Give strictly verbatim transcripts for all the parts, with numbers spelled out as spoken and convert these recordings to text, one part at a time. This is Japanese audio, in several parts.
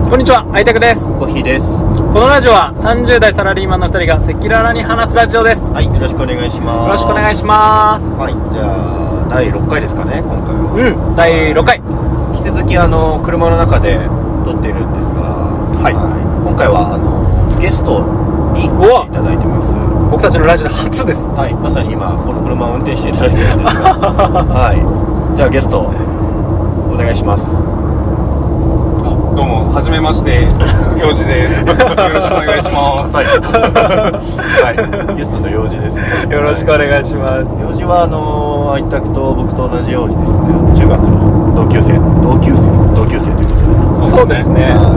こんにちは、あいたくです。 コヒーです。 このラジオはさんじゅう代サラリーマンのふたりが赤裸々に話すラジオです。 はい、よろしくお願いします。 よろしくお願いします。 はい、じゃあだいろっかいですかね、今回は。 うん、だいろっかい。 引き続きあの車の中で撮ってるんですが、 はい、 はい、今回はあのゲストに来ていただいてます。 僕たちのラジオで初です。 はい、まさに今この車を運転していただいてるんですがはい、じゃあゲストお願いします。 どうも、はじめまして、陽次です。よろしくお願いします。 はい、ゲストの陽次ですね。 よろしくお願いします。 陽次はあの愛拓と僕と同じようにですね、中学の同級生、同級生、同級生ということで。 そうですね。 はい、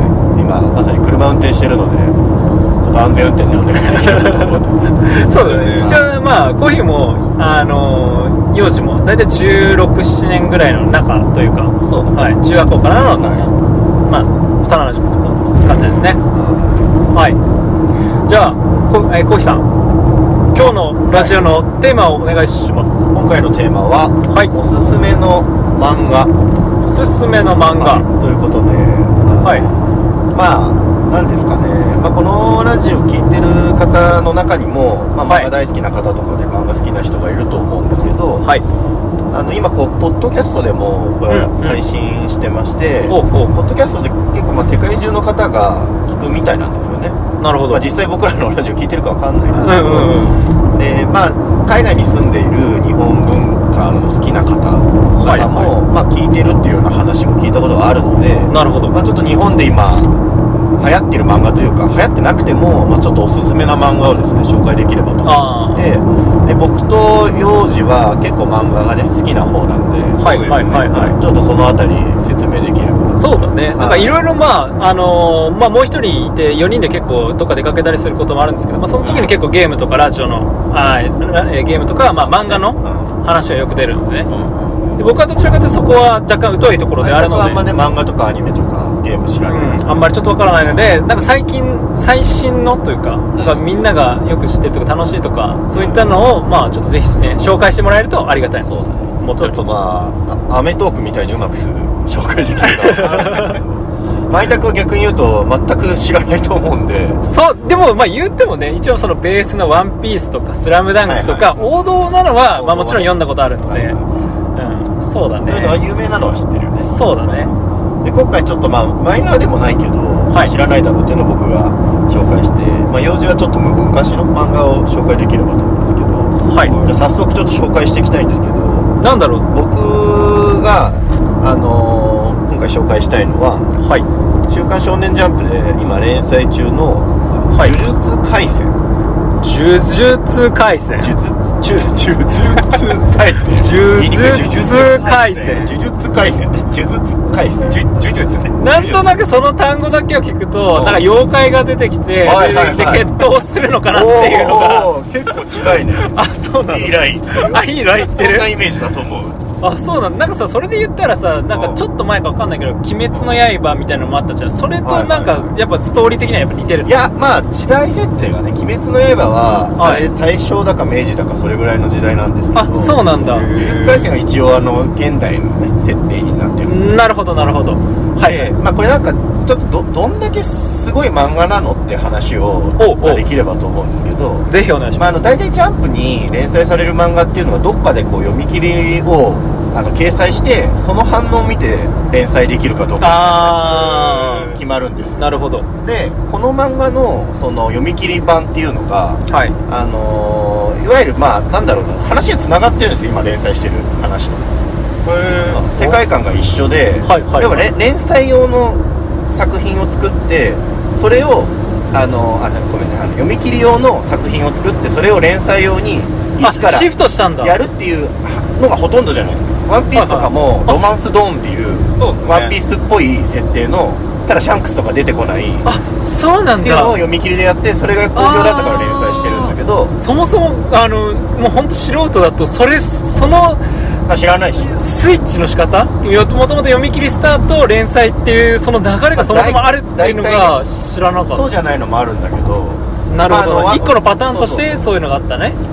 今まさに車運転してるので、ちょっと安全運転でお願いできればと思うんですけど。 そうだね。一応まあコーヒーもあの陽次もだいたいじゅうろく、ななねんぐらいの中というか、 そうだね。 はい、中学校からの、 はい、 まあ幼なじみとかです感じですね。はい。じゃあこえー、コーヒーさん、今日のラジオのテーマをお願いします。 今回のテーマは、はい、おすすめの漫画。 おすすめの漫画、 はい、ということで、はい、まあなんですかね、まあ、このラジオ聞いてる方の中にも、まあ、漫画大好きな方とかで漫画好きな人がいると思うんですけど、はい、あの今こうポッドキャストでもこれ配信してまして、うんうん、ポッドキャストで結構まあ世界中の方が聞くみたいなんですよね。なるほど。まあ、実際僕らのラジオ聞いてるかわかんないですけど、うんうんうん、でまあ海外に住んでいる日本文化の好きな方々も、はいはい、まあ、聞いてるっていうような話も聞いたことがあるので、なるほど。まあ、ちょっと日本で今流行ってる漫画というか流行ってなくても、まあ、ちょっとおすすめな漫画をですね紹介できればと思いまして、で僕と陽次は結構漫画がね好きな方なんで、はいはいはい、はい、ちょっとそのあたり説明できれば。そうだね。 なんかいろいろまああのー、まあもう一人いてよにんで結構どっか出かけたりすることもあるんですけど、まあ、その時に結構ゲームとかラジオのあゲームとか、まあ、漫画の話がよく出るのでね、うん、で僕はどちらかというとそこは若干疎いところであるので、 僕はあんまね漫画とかアニメとかゲーム知らない、 うん、あんまりちょっとわからないので、なんか最近最新のというか、なんかみんながよく知ってるとか楽しいとかそういったのをまあちょっとぜひね紹介してもらえるとありがたい。そうだね。 もうちょっとまあアメトークみたいにうまく紹介できるかわからないですけどマイタクは逆に言うと全く知らないと思うんで。 そうでもまあ言ってもね、一応そのベースのワンピースとかスラムダンクとか、はいはい、王道なのはまあもちろん読んだことあるので、はいはい、うん、そうだね。 そういうのは有名なのは知ってるよね。 そうだね。 で今回ちょっとまあマイナーでもないけど、はい、知らないだろうっていうのを僕が紹介して、まあ、用事はちょっと昔の漫画を紹介できればと思うんですけど、はい、じゃあ早速ちょっと紹介していきたいんですけど、なんだろう、僕が、あのー、今回紹介したいのは、はい、週刊少年ジャンプで今連載中の、はい、呪術廻戦。 呪術廻戦呪術呪術廻戦呪術廻戦呪術廻戦呪術廻戦呪術ね。 なんとなくその単語だけを聞くと、なんか妖怪が出てきて、はいはいはい、で決闘するのかなっていうのがおー結構近いね。 あ、そうなの。 いいライン。 あ、いいラインってる。 そんなイメージだと思う。 あ、そうなの。なんかさ、それで言ったらさ、なんかちょっと前か分かんないけど、鬼滅の刃みたいなのもあったじゃん。それとなんかやっぱストーリー的にはやっぱ似てる。 いや、まあ時代設定がね、鬼滅の刃は、はい、あれ大正だか明治だかそれぐらいの時代なんですけど。あ、 そうなんだ。 呪術廻戦は一応あの現代のね設定になってるんです。 なるほどなるほど。はい。 で、まあこれなんかちょっと ど, どんだけすごい漫画なのって話をできればと思うんですけど、 ぜひお願いします。まあ、あの大体ジャンプに連載される漫画っていうのはどっかでこう読み切りをあの掲載してその反応を見て連載できるかどうか決まるんですよ。 なるほど。 でこの漫画のその読み切り版っていうのが、はい、あのー、いわゆるまあなんだろうな、話がつながってるんですよ、今連載してる話と。へー。世界観が一緒で、はいはいはい、要は連載用の作品を作ってそれをあのあごめんねあの読み切り用の作品を作ってそれを連載用に一からシフトしたんだやるっていうのがほとんどじゃないですか。ワンピースとかもロマンスドーンっていうワンピースっぽい設定のただシャンクスとか出てこない、 あ、そうなんだっていうのを読み切りでやって、それが好評だったから連載してるんだけど、 そもそもあのもう本当素人だとそれそのあ知らないしスイッチの仕方、もともと読み切りスタート連載っていうその流れがそもそもあるっていうのが知らなかった。 そうじゃないのもあるんだけど、 なるほど、まあ、いっこのパターンとしてそういうのがあったね。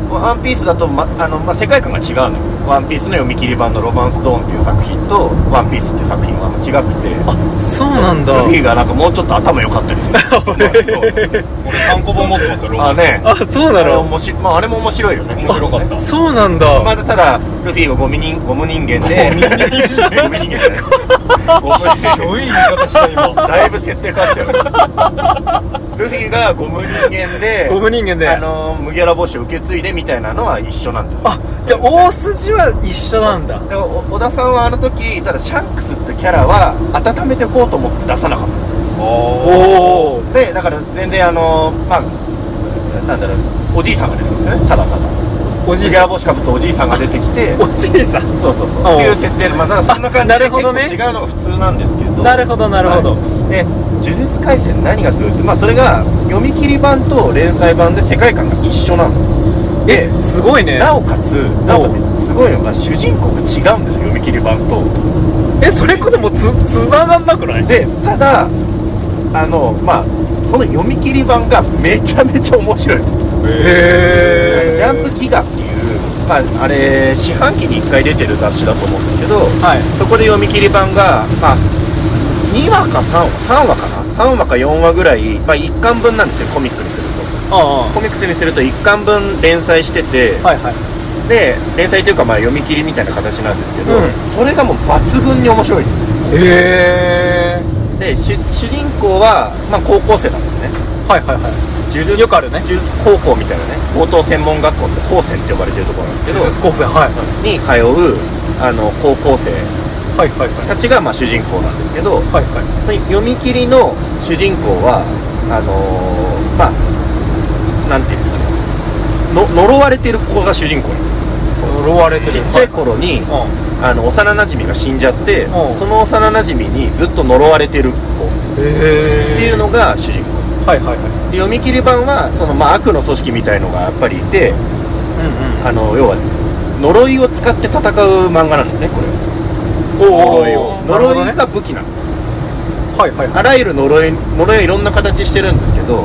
ワンピースだと、まあのまあ、世界観が違うのよ。ワンピースの読み切り版のロマンスドーンっていう作品とワンピースっていう作品は違くて、 あ、そうなんだ。 ルフィがなんかもうちょっと頭良かったりする俺単行本持ってますよ、ロマンス。 あね、 あ、そうなあれの。 面白い、まあ、あれも面白いよね。 面白かった。 そうなんだ。 まあ、ただルフィがゴミ人ゴム人間でゴミ人間じゃないゴム人間どういう言い方した今。 だいぶ設定変わっちゃう。ルフィがゴム人間でゴム人間で、 あの麦わら帽子を受け継いでみたいなのは一緒なんですよ。 あ、じゃあ大筋は一緒なんだ。 で小田さんはあの時ただシャンクスってキャラは温めていこうと思って出さなかったおお。 でだから全然あのまあなんだろう、おじいさんが出てくるんですよね。ただただおじい麦わら帽子かぶったおじいさんが出てきて、 おじいさん、 そうそうそうおうっていう設定で、まあ、だからそんな感じなでるほどね結構違うのが普通なんですけど、 なるほどなるほど、 はい、で呪術廻戦何がするって、まあ、それが読み切り版と連載版で世界観が一緒なので、 え、すごいね。 なおかつなおかつすごいのが主人公が違うんですよ、読み切り版と。 え、それこそもうつつながんなくない？ でただあのまあその読み切り版がめちゃめちゃ面白い。 へジャンプギガっていう、まあ、あれ四半期にいっかい出てる雑誌だと思うんですけど、 はい、 そこで読み切り版が、まあ、にわかさんわさんわかなさんわかよんわぐらい、まあ、いっかんぶんなんですよ、コミックにすると。 ああ、 コミックスにするといっかんぶん連載してて、 はいはい、 で連載というかまあ読み切りみたいな形なんですけど、 うん、 それがもう抜群に面白い。 へえ。 で主主人公は、まあ、高校生なんですね。 はいはいはい。 呪術よくあるね。 呪術高校みたいなね、高等専門学校って高専って呼ばれてるところなんですけど、 呪術高専、はい、 に通うあの高校生はいはいはいたちがまあ主人公なんですけど、 はいはい、 読み切りの主人公はあのー、まあなんていうんですかね、の呪われてる子が主人公なんですよ。 呪われてる。 ちっちゃい頃に、 はい、 あの幼なじみが死んじゃって、 うん、 その幼なじみにずっと呪われてる子っていうのが主人公。 はいはいはい。 で読み切り版はその、まあ、悪の組織みたいのがやっぱりいて、 うんうん、 あの要は呪いを使って戦う漫画なんですね、これは。 お呪いを呪いが武器なんです。 はいはいはい。 あらゆる呪い呪いはいろんな形してるんですけど、うん、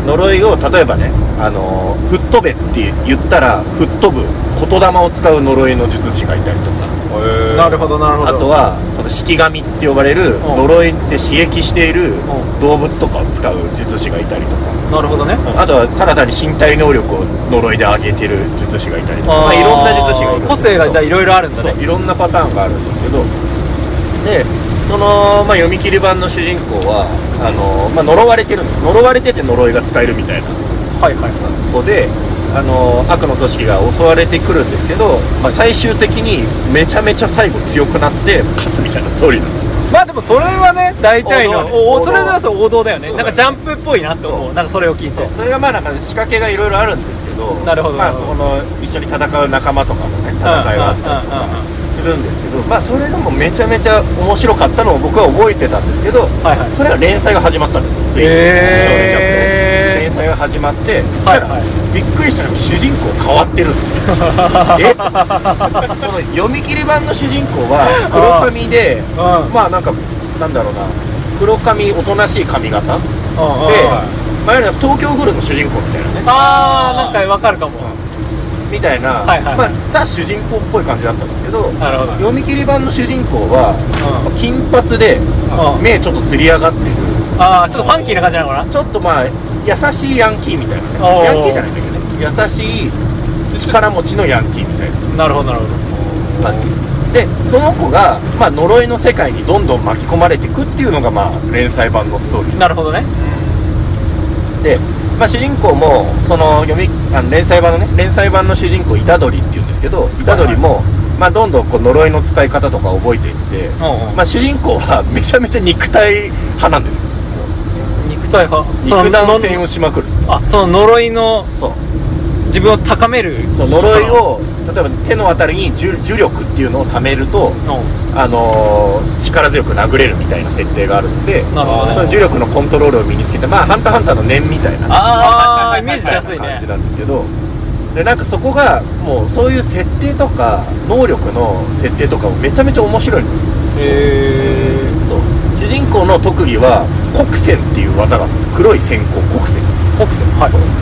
呪いを例えばね、あのー、吹っ飛べって言ったら吹っ飛ぶ言霊を使う呪いの術師がいたりとか、 なるほどなるほど。 あとはその式神って呼ばれる呪いで刺激している動物とかを使う術師がいたりとか、 なるほどね。 あとはただ単に身体能力を呪いで上げてる術師がいたりとか、まあ、いろんな術師がいるんですけど、 個性がじゃあいろいろあるんだね。 いろんなパターンがあるんですけど、でその、まあ、読み切り版の主人公はあの、まあ、呪われてるんです。呪われてて呪いが使えるみたいな子で、あの悪の組織が襲われてくるんですけど、まあ、最終的にめちゃめちゃ最後強くなって勝つみたいなストーリーなんです。 まあでもそれはね、大体の王道、 おそれはそう王道だよね。なんかジャンプっぽいなって思う。なんかそれを聞いて、 それがまあなんか仕掛けがいろいろあるんですけど、 なるほど、 まあその一緒に戦う仲間とかもね、戦いがあったりとかするんですけど、まあそれがもうめちゃめちゃ面白かったのを僕は覚えてたんですけど、はいはい、それは連載が始まったんですよ。ついにへー、 連載が始まって、 はいはい、 びっくりしたのが主人公変わってるんですよ。えその読み切り版の主人公は黒髪で、まあなんかなんだろうな、黒髪おとなしい髪型で、前の東京グルの主人公みたいなね、 あーなんかわかるかも、 うん、みたいな、 はいはい、 まあザ主人公っぽい感じだったんですけど、 なるほど、 読み切り版の主人公は、うん、金髪で、うん、目ちょっとつり上がってる、 ああちょっとファンキーな感じなのかな、 ちょっとまあ優しいヤンキーみたいなね、ヤンキーじゃないんだけどね、優しい力持ちのヤンキーみたいな、 なるほどなるほど、 まあでその子が、まあ、呪いの世界にどんどん巻き込まれていくっていうのが、まあ、連載版のストーリー。 なるほどね。 で、まあ、主人公もその読みあの連載版のね連載版の主人公虎杖っていうんですけど、虎杖も、はいはい、まあ、どんどんこう呪いの使い方とか覚えていって、うんうん、まあ、主人公はめちゃめちゃ肉体派なんですよ。 肉体派、 肉弾戦をしまくる。 あ、その呪いのそう自分を高める、 そう呪いを例えば手のあたりに 呪, 呪力っていうのを貯めると、うん、あのー、力強く殴れるみたいな設定があるので、なるほどね、その呪力のコントロールを身につけて、まあハンターハンターの念みたいな、 ああイメージしやすいね感じなんですけど、でなんかそこがもうそういう設定とか能力の設定とかもめちゃめちゃ面白いの。 へー、 そう主人公の特技は黒線っていう技が、黒い線香黒線黒線、はい、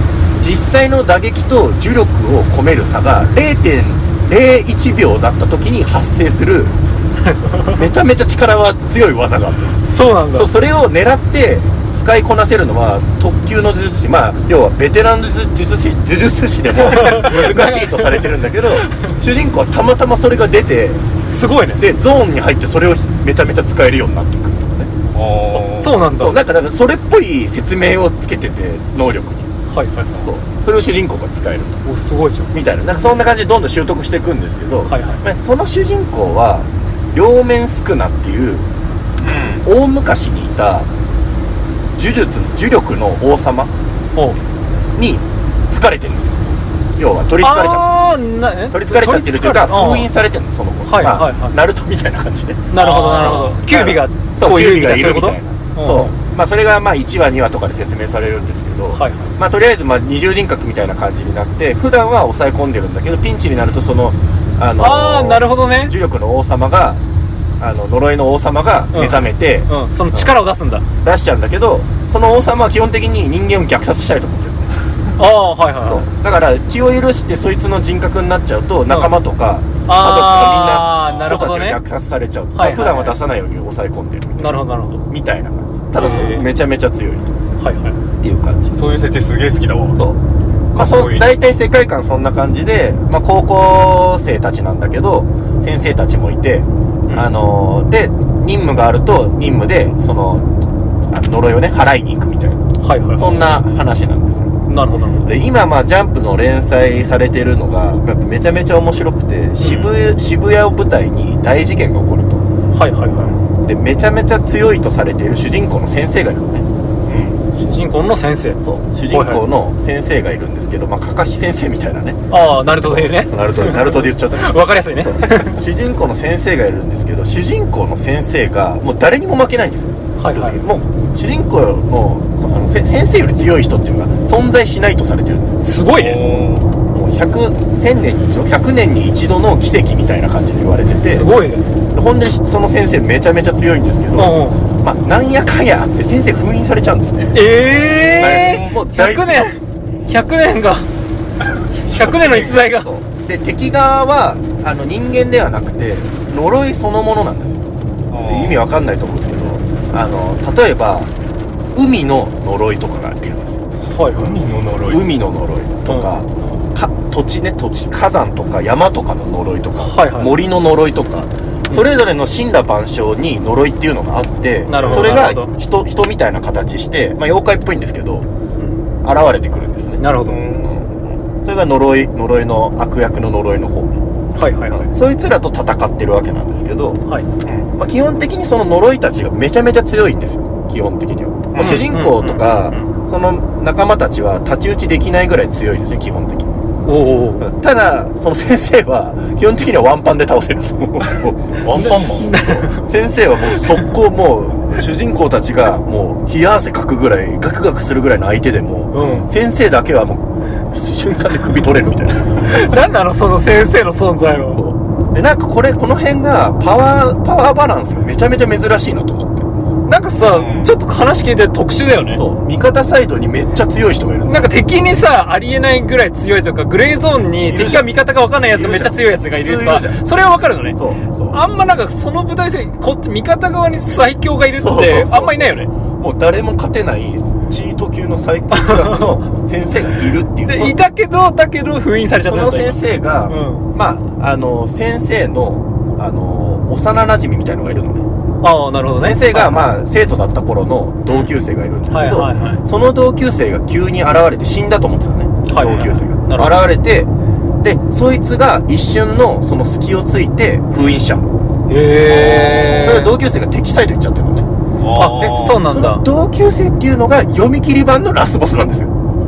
実際の打撃と重力を込める差が れいてんれいいちびょうだった時に発生するめちゃめちゃ力が強い技がある。 そうなんだ。 そう、それを狙って使いこなせるのは特級の呪術師、まあ要はベテランの呪術師呪術師でも難しいとされてるんだけど主人公はたまたまそれが出てすごいね。 でゾーンに入ってそれをめちゃめちゃ使えるようになっていくとかね。 あそうなんだ。 そう、なんかなんかそれっぽい説明をつけてて能力に、 はいはいはい。 そうそれを主人公が使えるとお、すごいじゃん。 みたいな、なんかそんな感じでどんどん習得していくんですけど、 はいはい。 まあその主人公は両面スクナっていううん大昔にいた呪術呪力の王様おに疲れてるんですよ。要は取り憑かれちゃうあーなえ取り憑かれちゃってるというか封印されてるのその子、 はいまあはいはいナルトみたいな感じで、 なるほどなるほど。キュービがそうこういうキュービがいるみたいな、 そういうことそう、まあそれがまあいちわにわとかで説明されるんですけど、 はいはい。 まあとりあえずまあ二重人格みたいな感じになって普段は抑え込んでるんだけどピンチになるとそのあのー、 ああ、なるほどね。 呪力の王様があの呪いの王様が目覚めて、 うん、その力を出すんだ。 出しちゃうんだけどその王様は基本的に人間を虐殺したいと思ってる。 ああ、はいはいそうはい。 だから気を許してそいつの人格になっちゃうと仲間とか、 あー家族がみんななるほどね人たちを虐殺されちゃうと、 はいはいはい普段は出さないように抑え込んでるみたいななるほどなるほど。 みたいな感じ。ただそへーうめちゃめちゃ強いとはいはい。 っていう感じ。 そういう設定すげえ好きだわ。 そうまあ、 かっこいいそ大体世界観そんな感じで、まあ、高校生たちなんだけど先生たちもいて、 んあのー、で任務があると任務でそのあの呪いをね払いに行くみたいな、 はいはい。 そんな話なんですよ。 なるほどなるほど。 で今まあジャンプの連載されてるのがやっぱめちゃめちゃ面白くて、渋, 渋谷を舞台に大事件が起こると。 はいはいはでめちゃめちゃ強いとされている主人公の先生がいるのね。 い。主人公の先生。 そう主人公の先生がいるんですけど、まあかかし先生みたいなね、 ああ、ナルトで言うね。 ナルトでナルトで言っちゃったわかりやすいね。 主人公の先生がいるんですけど主人公の先生がもう誰にも負けないんですよ。 はいはいもう主人公のそのあのせ先生より強い人っていうのが存在しないとされてるんですよ。 すごいね。 もうひゃく、せんねんに一度ひゃくねんに一度の奇跡みたいな感じで言われてて、 すごいね。 ほんでその先生めちゃめちゃ強いんですけど、 うんうん。 まあなんやかんやあって先生封印されちゃうんですね。 ええー、 もう大ひゃくねんひゃくねんがひゃくねんの逸材がそうで敵側はあの人間ではなくて呪いそのものなんですよ。で意味わかんないと思うんですけど、あの例えば海の呪いとかがいるんですよ。 はいはい。 海の呪い。 海の呪いとか、か土地ね土地火山とか山とかの呪いとか、 はいはい森の呪いとか、それぞれの神羅万象に呪いっていうのがあって、 なるほどそれがなるほど人人みたいな形して、まあ、妖怪っぽいんですけどうん現れてくるんですね。 なるほど。 それが呪い呪いの悪役の呪いの方ね。 はいはいはい。 そいつらと戦ってるわけなんですけど、 はい。 まあ、基本的にその呪いたちがめちゃめちゃ強いんですよ。基本的には、まあ、主人公とかうんその仲間たちは太刀打ちできないぐらい強いんですね基本的に。 おうおう。 ただその先生は基本的にはワンパンで倒せるんですよ。 ワンパンマン。 先生はもう速攻もう主人公たちがもう冷や汗かくぐらいガクガクするぐらいの相手でも、 うん。 先生だけはもう瞬間で首取れるみたいな。 なんなのその先生の存在は。 そうでなんかこれこの辺がパワーパワーバランスがめちゃめちゃ珍しいなと思って。 なんかさ、 うんちょっと話聞いて特殊だよね。 そう味方サイドにめっちゃ強い人がいるの。 なんか敵にさ、ありえないぐらい強いとか、グレーゾーンに敵か味方か分かんないやつがめっちゃ強いやつがいるとかいるじゃん、 それは分かるのね。 そうそうあんまなんかその舞台戦、こっち味方側に最強がいるそうそうってそうあんまいないよね。 もう誰も勝てないチート級の最強クラスの先生がいるっていう。 で、いたけど、だけど封印されちゃったんだその先生が、 うまああの先生のあの幼馴染みたいのがいるのね。 ああ、なるほどね。 先生が、まあ、生徒だった頃の同級生がいるんですけど、 はいはいはいその同級生が急に現れて死んだと思ってたね、 はいはい同級生なるほどが現れて、でそいつが一瞬のその隙をついて封印しちゃうの。 へー。 だから同級生が敵サイド行っちゃってるのね。 あ、え、そうなんだその。同級生っていうのが読み切り版のラスボスなんですよ。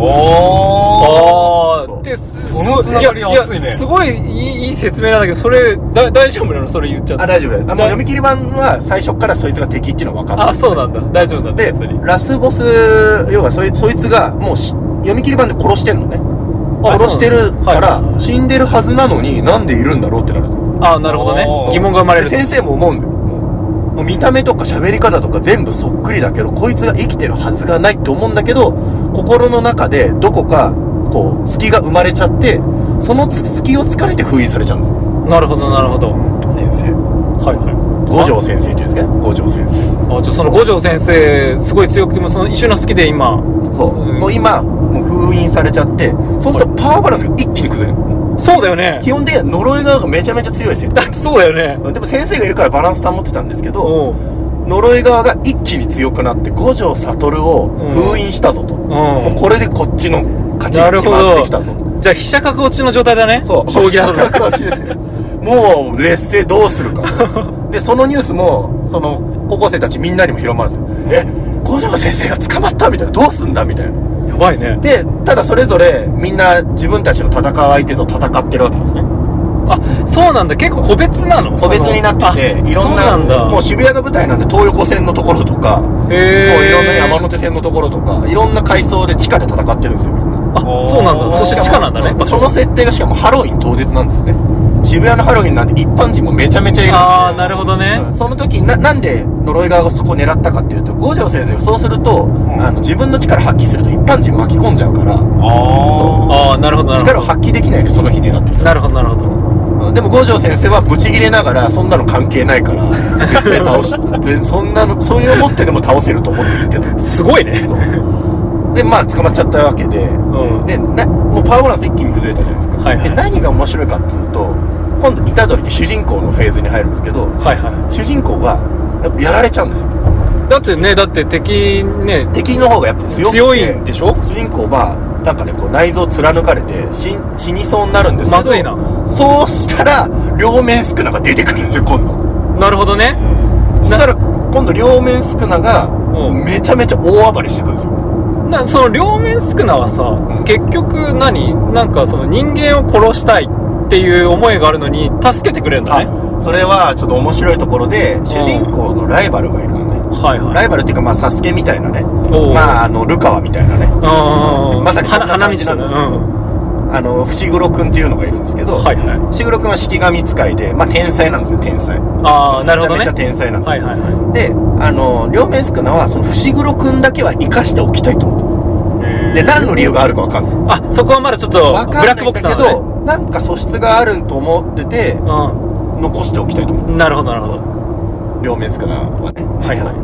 おー。 ああ、で、すそのつながりいやいや熱いねすごいいいいい説明なんだけど、それ、だ大丈夫なのそれ言っちゃって。 あ大丈夫だよ。あもうだ読み切り版は最初からそいつが敵っていうのは分かってる。 あ、そうなんだ。大丈夫だったで別に。 ラスボス要はそいそいつがもうし読み切り版で殺してんのね。 あ殺してるかそうなんだはいはいら死んでるはずなのになんでいるんだろうってなるんですよ。 あ、なるほどねお。ー疑問が生まれる。 で先生も思うんだよ。もうもう見た目とか喋り方とか全部そっくりだけどこいつが生きてるはずがないって思うんだけど心の中でどこかこう隙が生まれちゃって、その隙を突かれて封印されちゃうんです。 なるほどなるほど。 先生、 はいはい。 五条先生っていうんですかね、五条先生。 あ、じゃあその五条先生すごい強くてもその一緒の好きで今そうもう今もう封印されちゃって、そうするとパワーバランスが一気に崩れる。 そうだよね。 基本的には呪い側がめちゃめちゃ強い設定。 だってそうだよね。 でも先生がいるからバランス保ってたんですけど、呪い側が一気に強くなって五条悟を封印したぞと、うん、もうこれでこっちの勝ちが決まってきたぞ。 じゃあ飛車角落ちの状態だね。 そう、飛車角落ちですよ。もう劣勢どうするか。でそのニュースもその高校生たちみんなにも広まるんですよ。え、五条先生が捕まったみたいな、どうすんだみたいな。 やばいね。 でただそれぞれみんな自分たちの戦う相手と戦ってるわけですね。 あ、そうなんだ。結構個別なの？ 個別になってて、いろんな、 んだ、 もう渋谷が舞台なんで東横線のところとか、 へー、 もういろんな山手線のところとか、いろんな階層で地下で戦ってるんですよみんな。 あ、そうなんだ。そして地下なんだね。 その設定がしかもハロウィン当日なんですね。渋谷のハロウィンなんで一般人もめちゃめちゃいるんで。 あー、なるほどね。 うん、その時な、なんで呪い側がそこを狙ったかっていうと、五条先生がそうすると、うん、あの自分の力発揮すると一般人巻き込んじゃうから、ああ、なるほどなるほど。 力を発揮できないようにその日狙ってきた。 なるほどなるほど。 でも五条先生はブチギレながら、そんなの関係ないから絶対倒しでそんなのそれを持ってでも倒せると思って言ってた。 すごいね。 そうでまあ捕まっちゃったわけで、うん、でなもうパワーバランス一気に崩れたじゃないですか、はいはい、で何が面白いかっていうと、今度虎杖で主人公のフェーズに入るんですけど、はいはい、主人公がやられちゃうんですよ。 だってね、だって敵ね、 敵の方がやっぱ強くて強いんでしょ。 主人公はなんかね、こう内臓貫かれて 死, 死にそうになるんですけど、 まずいな。 そうしたら両面宿儺が出てくるんですよ今度。 なるほどね。 そしたら今度両面宿儺がめちゃめちゃ大暴れしてくるんですよ。 なその両面宿儺はさ、うん、結局何なんかその人間を殺したいっていう思いがあるのに助けてくれるんだね。 それはちょっと面白いところで、主人公のライバルがいるのね、はいはい、ライバルっていうかまあサスケみたいなね、まああのルカワみたいなね、まさにそんな感じなんですけど、あの伏黒くんっていうのがいるんですけど、はいはい、伏黒くんは式神使いで、まあ天才なんですよ。天才。 ああ、なるほどね。 めちゃめちゃ天才なんで、 はいはいはい、 であの両面宿儺はその伏黒くんだけは生かしておきたいと思って、で何の理由があるか分かんない。 あ、そこはまだちょっとブラックボックスなんだけど、 なんか素質があると思ってて、うん、残しておきたいと思って。 なるほどなるほど。 両面宿儺はね、はいはい、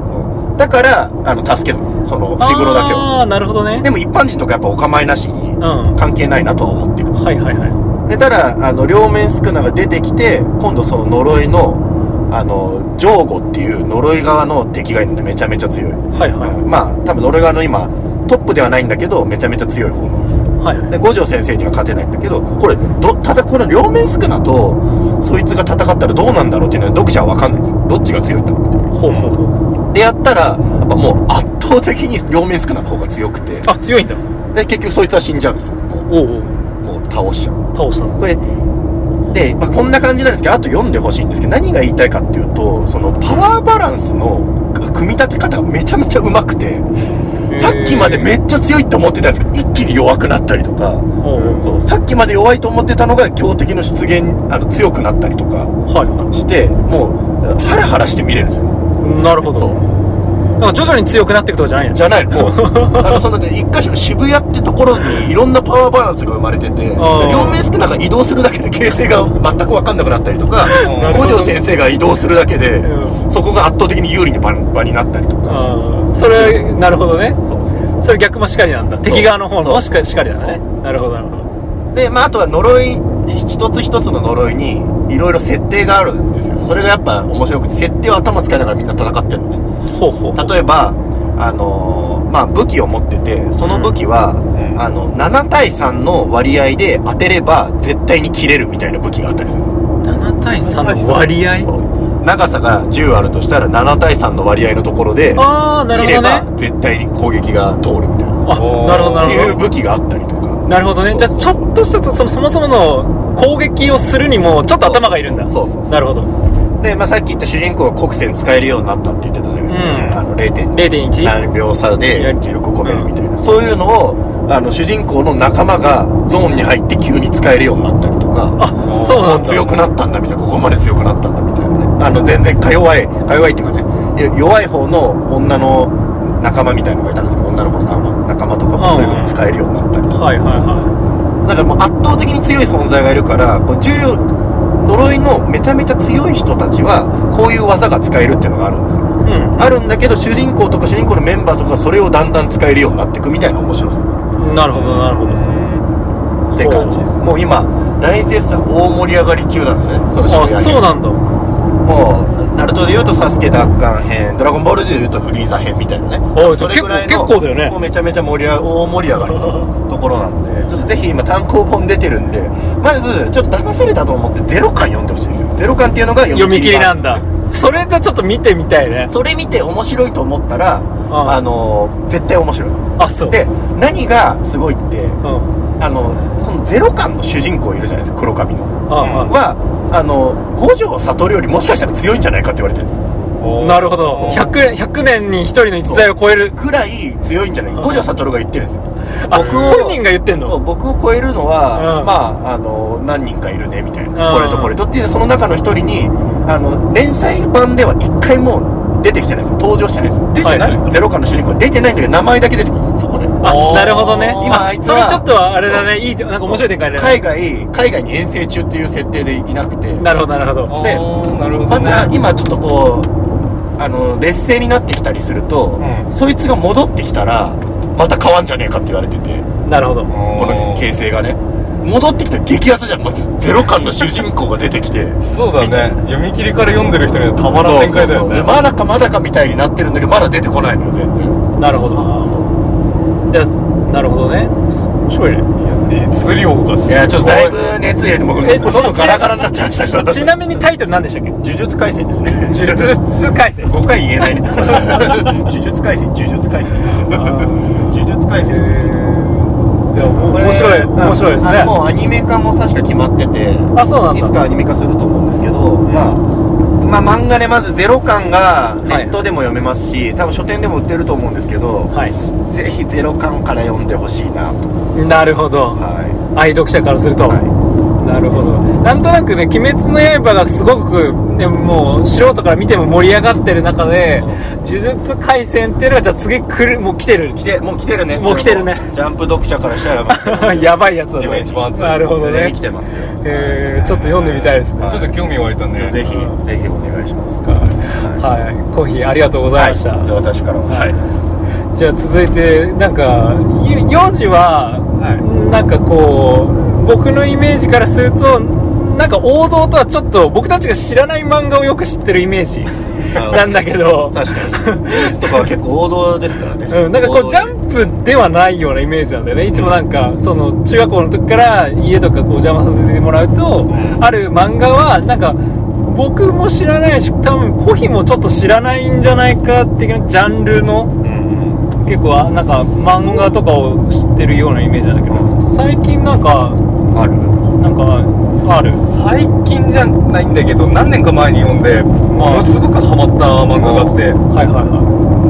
だからあの助けるの、その伏黒だけを。 ああ、なるほどね。 でも一般人とかやっぱお構いなしに関係ないなとは思ってる、うん、はいはいはい。でただあの両面宿儺が出てきて、今度その呪いのあのジョーゴっていう呪い側の敵がいるんでめちゃめちゃ強い、はいはい、うん、まあ多分呪い側の今トップではないんだけどめちゃめちゃ強い方の、はいはい、で五条先生には勝てないんだけど、これどただこの両面宿儺とそいつが戦ったらどうなんだろうっていうのは読者は分かんないんですよ。どっちが強いんだろうみたいな。ほうほうほう。でやったらやっぱもう圧倒的に両面宿儺の方が強くて、 あ、強いんだ。 で結局そいつは死んじゃうんですよ。もう、おうおう、もう倒しちゃう。 倒したこれで、まあ、こんな感じなんですけど、あと読んでほしいんですけど、何が言いたいかっていうと、そのパワーバランスの組み立て方がめちゃめちゃうまくて、さっきまでめっちゃ強いって思ってたやつが一気に弱くなったりとか、そうさっきまで弱いと思ってたのが強敵の出現、あの強くなったりとかして、はい、もうハラハラして見れるんですよ。 なるほど。だから徐々に強くなっていくとかじゃないの？ じゃないの。もうあのその一箇所の渋谷ってところにいろんなパワーバランスが生まれてて、両面宿儺が移動するだけで形勢が全く分かんなくなったりとか、五条先生が移動するだけで、うん、そこが圧倒的に有利に場になったりとか。 それなるほどね。そうそうそう。それ逆もしかりなんだ。敵側の方のしかりなんだね。なるほどなるほど。 で、まああとは呪い一つ一つの呪いにいろいろ設定があるんですよ。それがやっぱ面白くて、設定を頭使いながらみんな戦ってるのね。ほうほうほう。例えばあのー、まあ武器を持ってて、その武器は、うん、あのななたいさんの割合で当てれば絶対に切れるみたいな武器があったりするんですよ。 ななたいさんの割合？ 長さがじゅうあるとしたらななたいさんの割合のところで、あー、なるほどね、切れば絶対に攻撃が通るみたいな。 あ、なるほどなるほど。 っていう武器があったりとか。 なるほどね。じゃあちょっとしたそのそもそもの攻撃をするにもちょっと頭がいるんだ。 そうそうそうそう。 なるほど。 で、まあ、さっき言った主人公が黒線使えるようになったって言ってたじゃないですか、うん、あの ゼロてんいち 何秒差で磁力を込めるみたいな、うん、そういうのをあの主人公の仲間がゾーンに入って急に使えるようになったりとか、 あ、そうなんだ、 強くなったんだみたいな、ここまで強くなったんだみたいなね、あの全然か弱いか弱いっていうかね、弱い方の女の仲間みたいなのがいたんですけど、女の子の仲間とかもそういう風に使えるようになったりとか、はいはいはい、 だからもう圧倒的に強い存在がいるから、こう重量呪いのめちゃめちゃ強い人たちはこういう技が使えるっていうのがあるんですよ、うん、あるんだけど主人公とか主人公のメンバーとかそれをだんだん使えるようになっていくみたいな面白さ。 なるほどなるほどって感じです。もう今大絶賛大盛り上がり中なんですね、この渋谷。あ、そうなんだ。 もうナルトでいうとサスケ奪還編、ドラゴンボールでいうとフリーザ編みたいなね、それぐらいの結構だよね。 もうめちゃめちゃ盛り上が大盛り上がりのところなんで、ちょっとぜひ今単行本出てるんで、まずちょっと騙されたと思ってゼロかん読んでほしいですよ。ゼロかんっていうのが読み切りなんだ。それじゃちょっと見てみたいね。 それ見て面白いと思ったら、あ, あの絶対面白い。 あ、そう。 で何がすごいって、うん、あのそのゼロかんの主人公いるじゃないですか、黒髪の、うん、はあの五条悟よりもしかしたら強いんじゃないかって言われてるんですよ。 なるほど。 ひゃく, ひゃくねんにひとりの逸材を超えるぐらい強いんじゃない。五条悟が言ってるんですよ。 僕を本人が言ってんの。 僕を超えるのは、うん、まああの何人かいるねみたいな、これとこれとっていうその中の一人に、あの連載版では一回も出てきてないんですよ。登場してないんですよ。出てない、はい、ゼロかんの主人公は出てないんだけど名前だけ出てくるんですよ、そこで。 あ、なるほどね。 今あいつはそれちょっとあれだね、いい、なんか面白い展開だね。 海外海外に遠征中っていう設定でいなくて。 なるほどなるほど。 で、なるほど、ね、また今ちょっとこうあの劣勢になってきたりすると、うん、そいつが戻ってきたらまた変わんじゃねえかって言われてて。 なるほど。 この形勢がね、戻ってきたら激アツじゃん。まずゼロかんの主人公が出てきてそうだね、読み切りから読んでる人にはたまらん展開だよね。そうそうそう。でまだかまだかみたいになってるんだけどまだ出てこないのよ全然。 なるほど。じゃあなるほどね、面白いね。 熱量がすごい。 いやちょっとだいぶ熱量で僕喉ガラガラになっちゃいましたけど。 ちなみにタイトル何でしたっけ。 呪術廻戦ですね。 呪術廻戦ごかい言えないね。呪術廻戦呪術廻戦呪術廻戦です。 じゃあ面白い面白いですね。 もうアニメ化も確か決まってて、 あ、そうなんだ。 いつかアニメ化すると思うんですけど、うん、まあまあ漫画でまずゼロかんがネットでも読めますし、はい、多分書店でも売ってると思うんですけど、はい、ぜひゼロかんから読んでほしいなと。 なるほど、はい、愛読者からすると、はい、なるほど。なんとなくね、鬼滅の刃がすごく、ね、もう素人から見ても盛り上がってる中で、呪術廻戦っていうのがじゃあ次来る、もう来てる来てもう来てるね。 もう来てるね。 ジャンプ読者からしたらやばいやつだね。 一番熱い。 なるほどね。 来てますよ。 えー、ちょっと読んでみたいですね。 ちょっと興味湧いたね。 ぜひぜひお願いします。 はい、はい、コーヒーありがとうございました。 はい、じゃあ私からは。はい。 じゃあ続いてなんか幼児は、はい、なんかこう僕のイメージからするとなんか王道とはちょっと僕たちが知らない漫画をよく知ってるイメージなんだけど確かにジュースとかは結構王道ですからね、 うん、なんかこうジャンプではないようなイメージなんだよね。いつもなんかその中学校の時から家とかこう邪魔させてもらうと、ある漫画はなんか僕も知らないし多分コヒもちょっと知らないんじゃないか的なジャンルの、うん、結構なんか漫画とかを知ってるようなイメージなんだけど、最近なんかあるなんかある最近じゃないんだけど何年か前に読んでものすごくハマった漫画があって、 はいはいはい、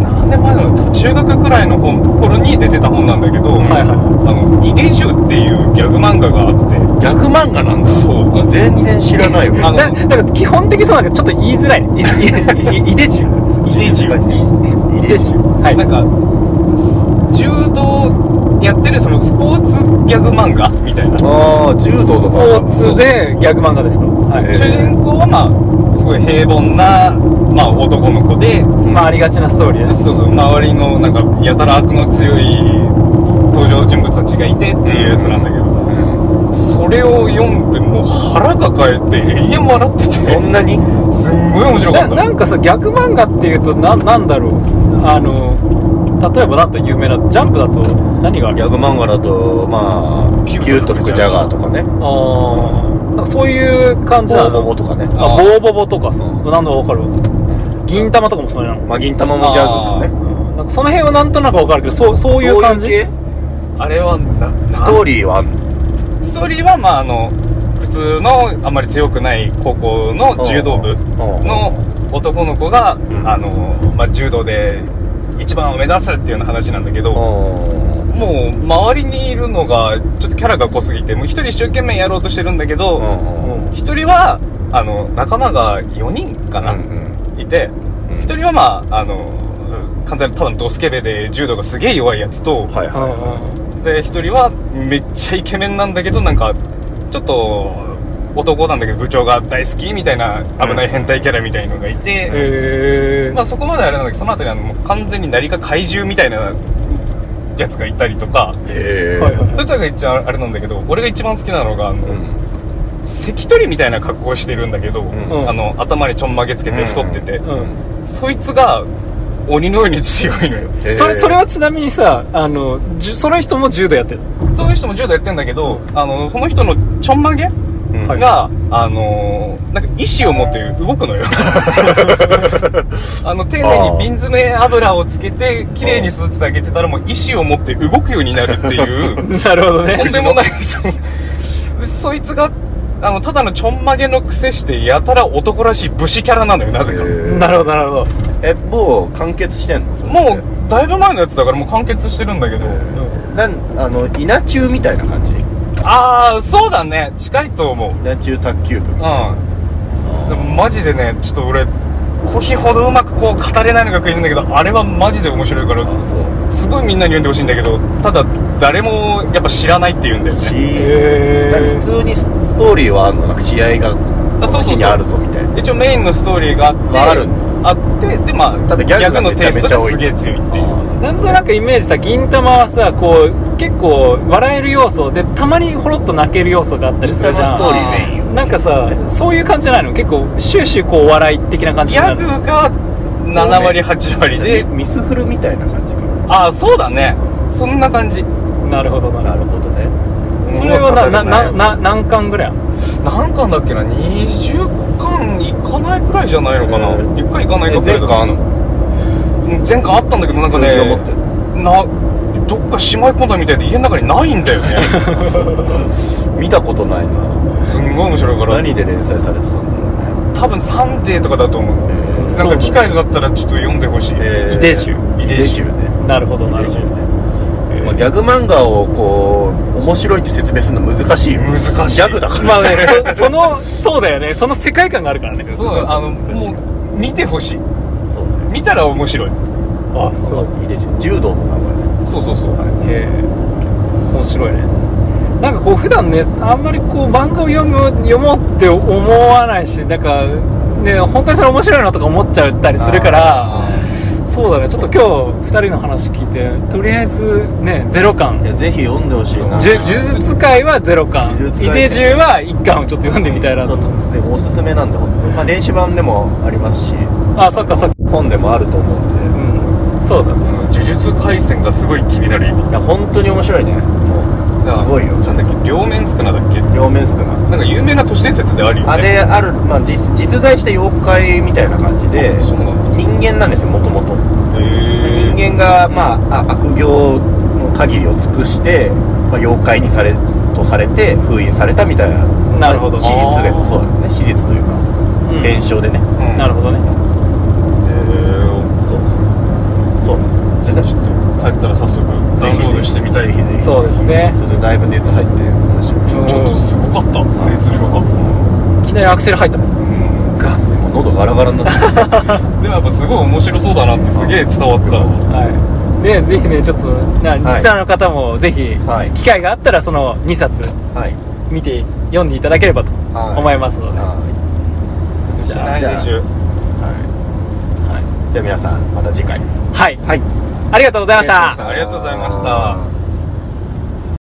何年前だろう、中学くらいの頃に出てた本なんだけど、はいはい、あのイデジュっていうギャグ漫画があって。 ギャグ漫画なんだ。そう全然知らないよ。 あのだ, だから基本的にそうなんかちょっと言いづらいね。イデジュイデジュイデジュ、はい、 なんか柔道やってるそのスポーツギャグ漫画みたいな。 ああ、柔道の漫画。スポーツでギャグ漫画ですと。 はい、主人公はまあすごい平凡なまあ男の子で、 まあありがちなストーリーです。 そうそう、周りのなんかやたら悪の強い登場人物たちがいてっていうやつなんだけど、うん、それを読んでもう腹抱えて永遠笑ってて。 そんなにすんごい面白かった。 な, なんかさギャグ漫画っていうとな、なんだろう、あの例えばだったら有名なジャンプだと何がある？ ギャグ漫画だとまあキュート吹くジャガーとかね。 ああ、なんかそういう感じなの。 ボーボボとかね。 あ、ボーボボとかさ、うん、なんだか分かる。銀玉とかもそうなの。 まあ銀玉もギャグですよね。 なんかその辺はなんとなく分かるけど、そうそういう感じ。 どういう系？ あれはなストーリーはストーリーはまああの普通のあんまり強くない高校の柔道部の男の子が、うん、あのまあ柔道で一番を目指すっていうような話なんだけど、もう周りにいるのがちょっとキャラが濃すぎて、もう一人一生懸命やろうとしてるんだけど、一人はあの仲間がよにんかな、うんうん、いて、一人はまああの完全にただのドスケベで柔道がすげえ弱いやつと、はいはいはい、 で一人はめっちゃイケメンなんだけどなんかちょっと男なんだけど部長が大好きみたいな危ない変態キャラみたいのがいて、 へー、 まあそこまであれなんだけどその後にあのもう完全に何か怪獣みたいなやつがいたりとか、 へはいはい、 そいつらが一番あれなんだけど俺が一番好きなのがあの、うん、関取みたいな格好をしてるんだけど、うん、あの頭にちょんまげつけて太ってて、うんうん、そいつが鬼のように強いのよ。 それそれはちなみにさあのじその人も柔道やってる？ そういう人も柔道やってんだけど、あのその人のちょんまげが、うん、あのー、なんか意志を持って動くのよあの丁寧に瓶詰め油をつけて綺麗に育ててあげてたらもう意志を持って動くようになるっていうなるほどね、 とんでもないそうでそいつがあのただのちょんまげの癖してやたら男らしい武士キャラなのよなぜか。 なるほどなるほど。 えもう完結してんの？ もうだいぶ前のやつだからもう完結してるんだけど、 なんあの稲中みたいな感じ？ ああそうだね近いと思う。 稲中卓球部みたいな。 うんでもマジでねちょっと俺コヒほどうまくこう語れないのが悔しいんだけどあれはマジで面白いからすごいみんなに読んでほしいんだけどただ誰もやっぱ知らないって言うんだよね。 へー、普通にストーリーはあるの？なんか試合がこの日にあるぞみたいな。 一応メインのストーリーがあってあるんだ。 あってでまあただギャグのテイストがすげえ強いっていう。 なんとなくイメージさ銀玉はさこう結構笑える要素でたまにほろっと泣ける要素があったりするじゃん。 ストーリーメインよ。 なんかさそういう感じじゃないの？結構終始こう笑い的な感じになる。 ギャグがななわりはちわりでミスフルみたいな感じかな。 ああそうだねそんな感じ。 なるほどなるほどね。 それはなななな何巻ぐらい？ 何巻だっけなにじゅっかんいかないくらいじゃないのかな。いっかいいかないかくらいだ。 前巻あんの？ 前巻あったんだけどなんかねなどっかしまい込んだみたいで家の中にないんだよね見たことないな。 すんごい面白いから。 何で連載されてたんだろうね。 多分サンデーとかだと思う、えー、なんか機会があったらちょっと読んでほしい。 遺伝集遺伝集ね。 なるほどなるほど、ねえーまあ、ギャグ漫画をこう面白いって説明するの難しいよ。 難しい。 ギャグだから、 まあねそ, そのそうだよねその世界観があるからね。 そうあのもう見てほしい。そう、ね、見たら面白い。 あそう遺伝集柔道の漫画ね。 そうそうそう、はい、 へえ面白いね。なんかこう普段ねあんまりこう漫画を読む読もうって思わないしなんかね本当にそれ面白いなとか思っちゃったりするからそうだねちょっと今日ふたりの話聞いてとりあえずねゼロかんいやぜひ読んでほしいな。 呪術界はゼロかんイデジュはいっかんをちょっと読んでみたいなと思っておすすめなんで本当に、まあ、電子版でもありますしあそっかそっか本でもあると思うんで、 うん、そうだね呪術廻戦がすごい気になる今。 いや本当に面白いね。もうすごいよ。 なんだっけ両面宿儺だっけ。 両面宿儺なんか有名な都市伝説であるよね。 あれある、まあ、実, 実在した妖怪みたいな感じで人間なんですよもともと。人間が、まあ、あ悪行の限りを尽くして、まあ、妖怪にされとされて封印されたみたいな。 なるほど。 史実でもそうなんですね。史実というか、うん、伝承でね、 うん、なるほどね。 へえそうそうそうそうなんです。じゃあちょっと帰ったら早速ダウンロードしてみたい。 ぜひぜひそうですね。 ちょっとだいぶ熱入って話しました。 ちょっとすごかった熱量が。 いきなりアクセル入ったもん。ガツ。 喉ガラガラになってでもやっぱすごい面白そうだなってすげえ伝わった。 はいでぜひねちょっとなリスナーの方もぜひ、はい、機会があったらそのにさつ見て読んでいただければと思いますので、はい、 じゃあじゃあ、はいはい、じゃあ皆さんまた次回はい、 はい、 ありがとうございました。 ありがとうございました。